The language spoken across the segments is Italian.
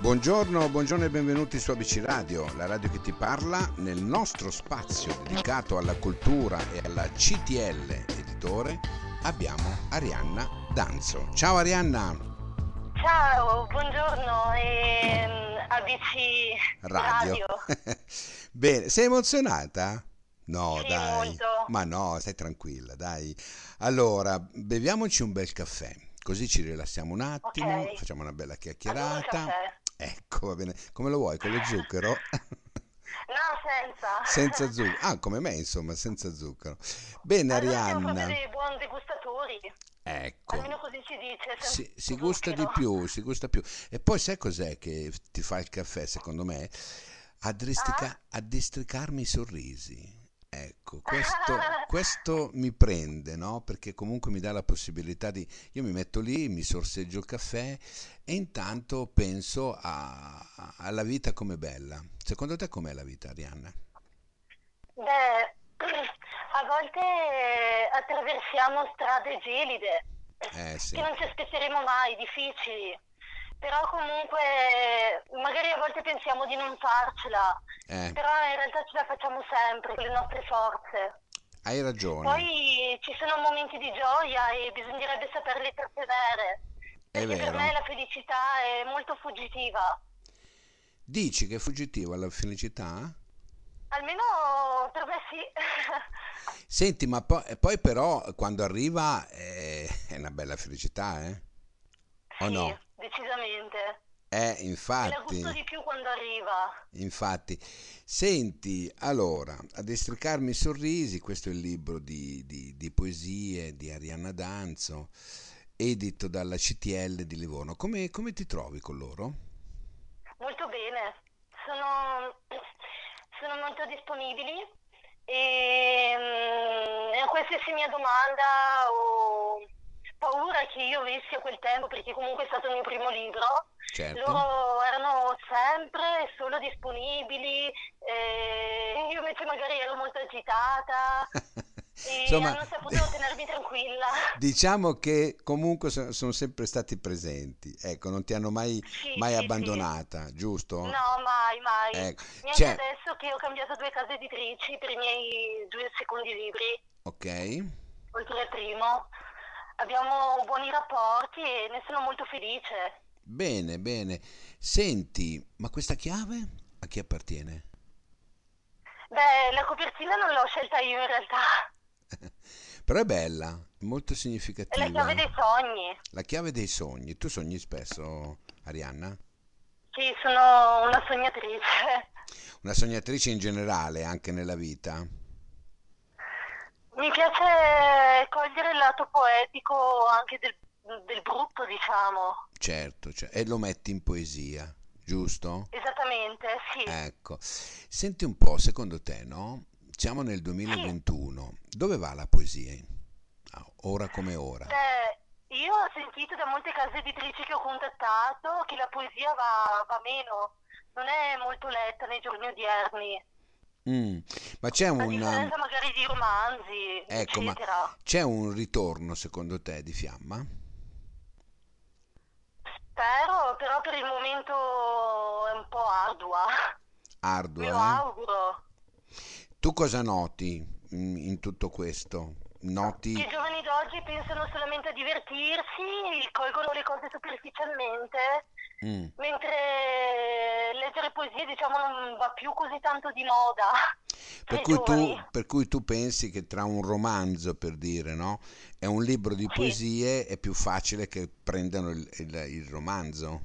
Buongiorno e benvenuti su ABC Radio, la radio che ti parla. Nel nostro spazio dedicato alla cultura e alla CTL Editore abbiamo Arianna Danzo. Ciao Arianna! Ciao, buongiorno ABC Radio. Radio. Bene, sei emozionata? No, Sì, dai. molto. Ma no, stai tranquilla, dai. Allora, beviamoci un bel caffè, così ci rilassiamo un Ok, attimo, facciamo una bella adoro il chiacchierata. caffè. Ecco, va bene. Come lo vuoi? Con lo zucchero? No, senza. Senza zucchero. Ah, come me, insomma, senza zucchero. Bene, Allora siamo proprio Arianna. dei buoni degustatori. Ecco. Almeno così si dice, senza Si gusta di zucchero. più, si gusta più. E poi sai cos'è che ti fa il caffè, secondo me? Ah? Addestricarmi i sorrisi. Ecco, questo mi prende, no? Perché comunque mi dà la possibilità di... Io mi metto lì, mi sorseggio il caffè e intanto penso alla vita come bella. Secondo te com'è la vita, Arianna? Beh, a volte attraversiamo strade gelide che Sì. non ci aspetteremo mai, difficili. Però comunque magari a volte pensiamo di non farcela, Eh, però in realtà ce la facciamo sempre con le nostre forze. hai ragione, Poi ci sono momenti di gioia e bisognerebbe saperli trattenere, è perché per vero. me la felicità è molto fuggitiva. Dici che è fuggitivo alla felicità? Almeno per me sì. Senti, ma poi però quando arriva è una bella felicità, eh? O Sì, no? decisamente. Me la gusto Infatti, di più quando arriva. infatti. Senti, allora, a destricarmi i sorrisi, questo è il libro di poesie di Arianna Danzo, edito dalla CTL di Livorno. Come ti trovi con loro? Molto bene, sono, sono molto disponibili e a qualsiasi mia domanda o paura che io avessi a quel tempo, perché comunque è stato il mio primo libro, Certo. loro erano sempre solo disponibili, e io invece magari ero molto agitata e Insomma, hanno saputo tenermi tranquilla. diciamo che comunque sono sempre stati presenti, ecco, non ti hanno Sì, mai sì, sì. abbandonata, giusto? No, mai, mai. Ecco, Neanche c'è, adesso che ho cambiato due case editrici per i miei due secondi libri, ok, oltre al primo. Abbiamo buoni rapporti e ne sono molto felice. bene, bene. Senti, ma questa chiave a chi appartiene? Beh, la copertina non l'ho scelta io in realtà, Però è bella, molto è la chiave significativa. dei sogni. La chiave dei sogni. Tu sogni spesso, Arianna? Sì, sono una sognatrice. Una sognatrice in generale, anche nella vita? Mi piace cogliere il lato poetico anche del brutto, diciamo. Certo, e lo metti in poesia, giusto? Esattamente, sì. Ecco, senti un po', secondo te, no? Siamo nel Sì. 2021, dove va la poesia? Ora come ora? Beh, io ho sentito da molte case editrici che ho contattato che la poesia va meno, non è molto letta nei giorni odierni, Mm, ma c'è a un, differenza magari di romanzi, ecco, ma eccetera. c'è un ritorno, secondo te, di Fiamma? Spero, però per il momento è un po' ardua. Me Arduo, lo eh? auguro. Tu cosa noti in tutto questo? Che Noti... i giovani d'oggi pensano solamente a divertirsi, colgono le cose superficialmente, mm. mentre leggere poesie, diciamo, non va più così tanto di moda tra i giovani. Per cui tu pensi che tra un romanzo, per dire, no? E un libro di Sì. poesie è più facile che prendano il romanzo?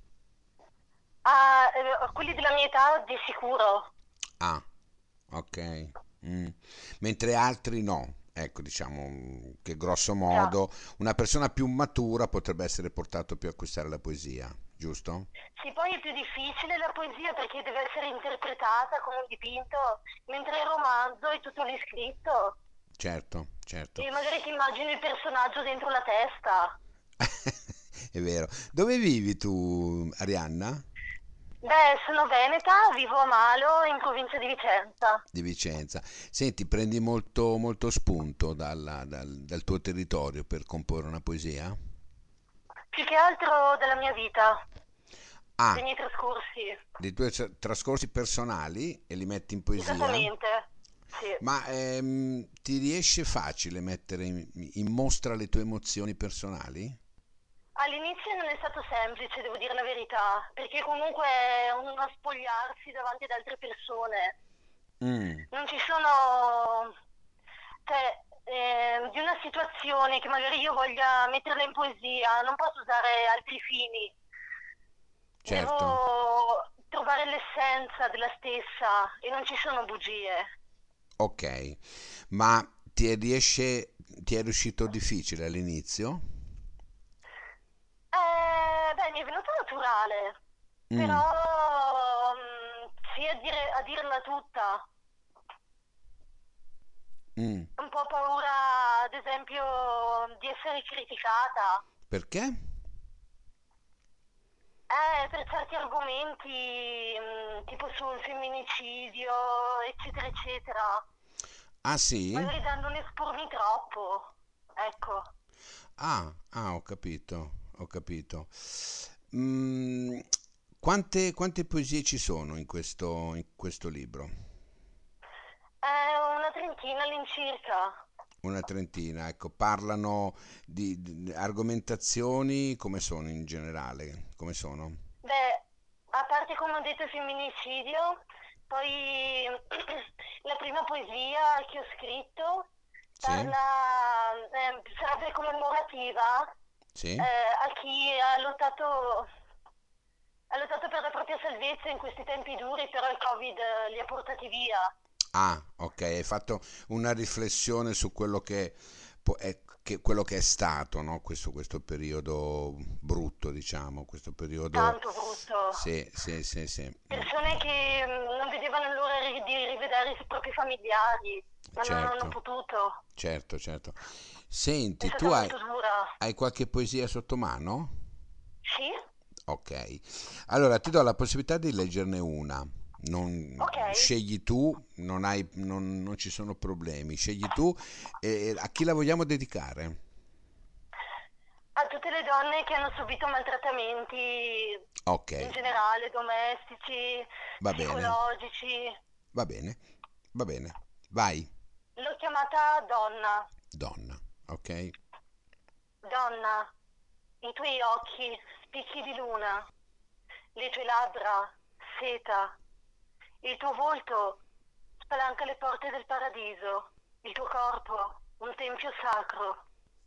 Ah, quelli della mia età di sicuro. Ah, ok. Mm. Mentre altri no. Ecco, diciamo che grosso Già. modo una persona più matura potrebbe essere portato più a acquistare la poesia, giusto? Sì, poi è più difficile la poesia perché deve essere interpretata come un dipinto, mentre il romanzo è tutto lì scritto Certo, certo. e magari ti immagini il personaggio dentro la testa. È vero. Dove vivi tu, Arianna? Beh, sono veneta, vivo a Malo, in provincia di Vicenza. Di Vicenza. Senti, prendi molto spunto dal tuo territorio per comporre una poesia? Più che altro della mia vita. dei Ah, miei trascorsi. dei tuoi trascorsi personali e li metti in poesia? Esattamente, sì. Ma ti riesce facile mettere in mostra le tue emozioni personali? All'inizio non è stato semplice, devo dire la verità, perché comunque è uno spogliarsi davanti ad altre persone. Mm, Non ci sono, cioè, di una situazione che magari io voglia metterla in poesia, non posso usare altri fini. certo. Devo trovare l'essenza della stessa e non ci sono bugie. Ok, ma ti è riuscito difficile all'inizio? Beh, mi è venuto naturale, Mm, però sì, a dirla tutta. mm. Un po' paura, ad esempio, di essere criticata. Perché? Per certi argomenti, tipo sul femminicidio, eccetera, eccetera, Ah sì? magari da non espormi troppo. Ecco. Ah, ho capito, ho capito. Mm, quante poesie ci sono in questo libro? È una trentina all'incirca. Una trentina, ecco, parlano di argomentazioni come sono in generale, come sono? Beh, a parte come ho detto il femminicidio, poi la prima poesia che ho scritto Sì? parla, sarebbe commemorativa Sì? a chi ha lottato per la propria salvezza in questi tempi duri, però il Covid li ha portati via. Ah, ok, hai fatto una riflessione su quello quello che è stato, no? Questo periodo brutto, diciamo, questo periodo... Tanto brutto. Sì, sì, sì, sì, Persone che non vedevano l'ora di rivedere i propri familiari, ma non hanno certo, potuto. certo, certo. È Senti, stata molto dura. hai qualche poesia sotto mano? Sì? Ok, allora ti do la possibilità di leggerne una. Ok. Scegli tu, non ci sono problemi. Scegli tu e a chi la vogliamo dedicare? A tutte le donne che hanno subito maltrattamenti Ok, in generale, domestici, va bene, psicologici. va bene, va bene. Vai, L'ho chiamata donna. donna, ok? Donna, i tuoi occhi spicchi di luna, le tue labbra seta, il tuo volto spalanca le porte del paradiso, il tuo corpo un tempio sacro.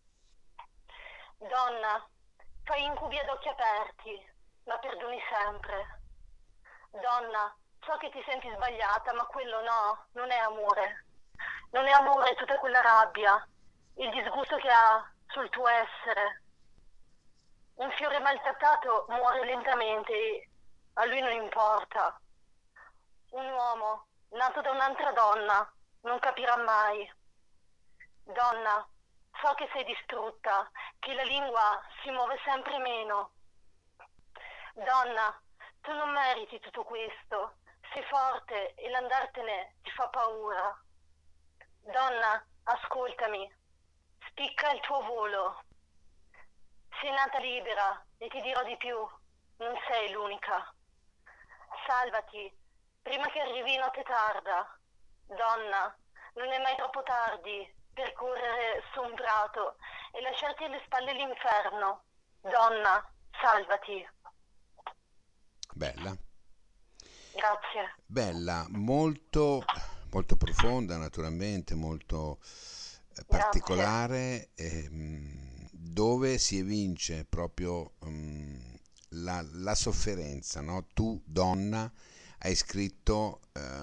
Donna, fai incubi ad occhi aperti, ma perdoni sempre. Donna, so che ti senti sbagliata, ma quello no, non è amore. Non è amore tutta quella rabbia, il disgusto che ha sul tuo essere. Un fiore maltrattato muore lentamente e a lui non importa. Un uomo nato da un'altra donna non capirà mai. Donna, so che sei distrutta, che la lingua si muove sempre meno. Donna, tu non meriti tutto questo. Sei forte e l'andartene ti fa paura. Donna, ascoltami. Spicca il tuo volo. Sei nata libera e ti dirò di più. Non sei l'unica. Salvati, prima che arrivi notte tarda. Donna, non è mai troppo tardi per correre su un prato e lasciarti alle spalle l'inferno. Donna, salvati. Bella, Grazie. bella, molto, molto profonda naturalmente, molto Grazie. particolare, dove si evince proprio la sofferenza, no? Tu, donna, hai scritto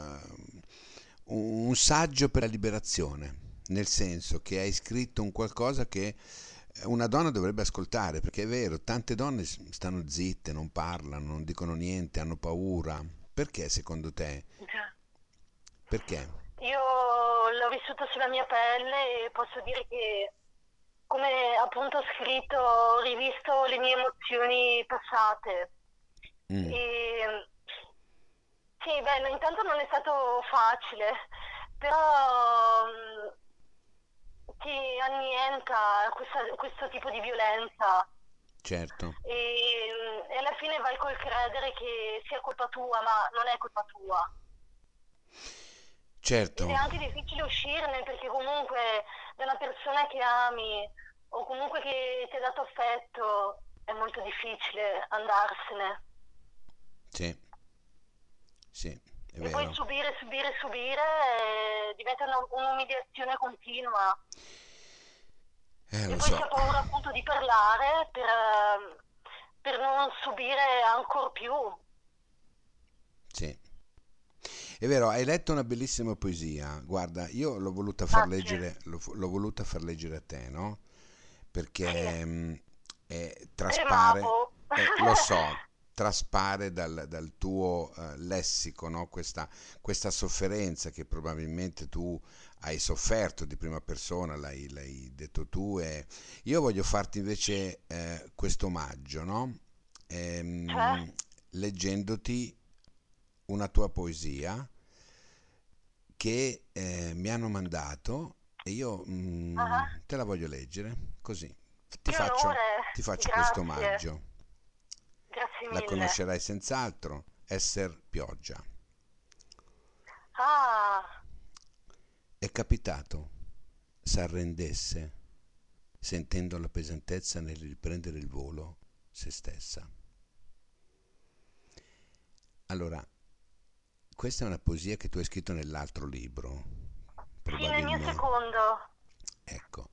un saggio per la liberazione, nel senso che hai scritto un qualcosa che una donna dovrebbe ascoltare, perché è vero, tante donne stanno zitte, non parlano, non dicono niente, hanno paura. Perché secondo te? Già. Perché? Io l'ho vissuto sulla mia pelle e posso dire che, come appunto ho scritto, ho rivisto le mie emozioni passate. Mm, E, sì, beh, intanto non è stato facile, però ti annienta questo tipo di violenza certo. e alla fine vai col credere che sia colpa tua, ma non è colpa tua. Ed è Certo, anche difficile uscirne perché comunque da una persona che ami o comunque che ti ha dato affetto è molto difficile andarsene. sì, sì, è E poi vero. subire, subire, subire diventa un'umiliazione continua. E Lo poi si so, ha paura appunto di parlare per non subire ancora più. sì. È vero, hai letto una bellissima poesia. Guarda, io Grazie. l'ho voluta far leggere a te, no? Sì, Perché traspare, tremavo. lo so, traspare dal tuo lessico, no? Questa sofferenza che probabilmente tu hai sofferto di prima persona, l'hai detto tu, e io voglio farti invece questo omaggio, no? Cioè, Ehm, Leggendoti una tua poesia che mi hanno mandato e io ah, te la voglio leggere così. Ti che faccio, onore, ti faccio questo grazie, omaggio. grazie La mille. conoscerai senz'altro, Esser Pioggia. Ah, È capitato s'arrendesse, sentendo la pesantezza nel riprendere il volo, se stessa. Allora, questa è una poesia che tu hai scritto nell'altro libro, sì, nel mio probabilmente. secondo. Ecco.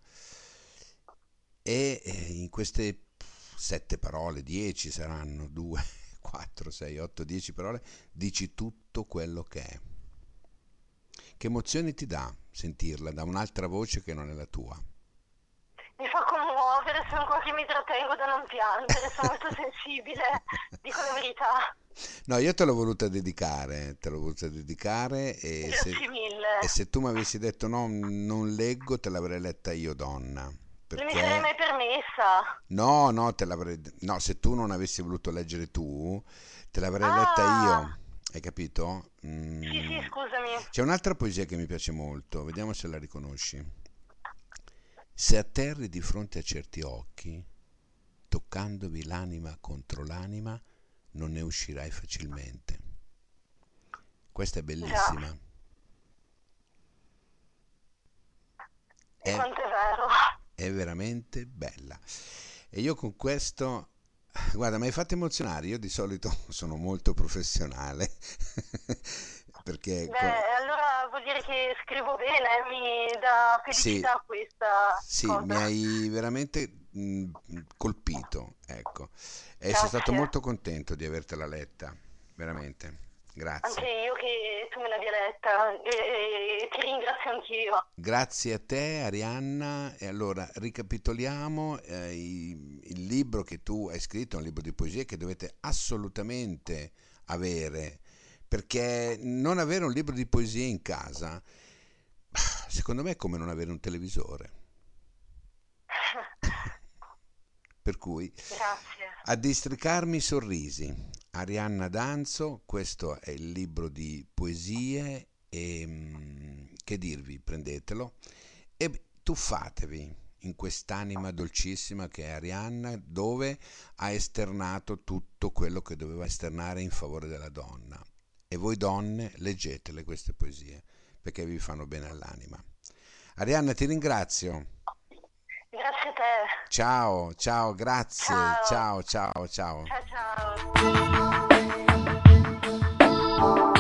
E in queste 7 parole, 10 saranno, 2, 4, 6, 8, 10 parole, dici tutto quello che è. Che emozioni ti dà sentirla da un'altra voce che non è la tua? Mi fa commuovere, sono qua che mi trattengo da non piangere, sono molto sensibile, dico la verità. No, io te l'ho voluta dedicare Grazie mille. e se tu mi avessi detto no, non leggo, te l'avrei letta io donna. Non mi sarei Perché mai permessa. no, no, no, se tu non avessi voluto leggere tu, te l'avrei letta Ah, io, hai capito? sì, sì, scusami. C'è un'altra poesia che mi piace molto, vediamo se la riconosci. Se atterri di fronte a certi occhi, toccandovi l'anima contro l'anima, non ne uscirai facilmente. Questa è Già, bellissima. e È, quanto è vero. è veramente bella. E io con questo, guarda, mi hai fatto emozionare. Io di solito sono molto professionale perché Beh, allora vuol dire che scrivo bene, mi dà sì, felicità questa sì, mi cosa. hai veramente colpito, ecco. E sono stato Grazie. molto contento di avertela letta, veramente. Anche Grazie. io che tu me l'abbia letta e ti ringrazio anch'io. Grazie a te, Arianna. E allora ricapitoliamo il libro che tu hai scritto, è un libro di poesie che dovete assolutamente avere, perché non avere un libro di poesie in casa, secondo me è come non avere un televisore. Per cui, Grazie. a districarmi i sorrisi, Arianna Danzo, questo è il libro di poesie e che dirvi, prendetelo e tuffatevi in quest'anima dolcissima che è Arianna, dove ha esternato tutto quello che doveva esternare in favore della donna. E voi donne leggetele queste poesie, perché vi fanno bene all'anima. Arianna, ti ringrazio. Grazie a te. Ciao, ciao, grazie. Ciao. Ciao, ciao, ciao. Ciao ciao.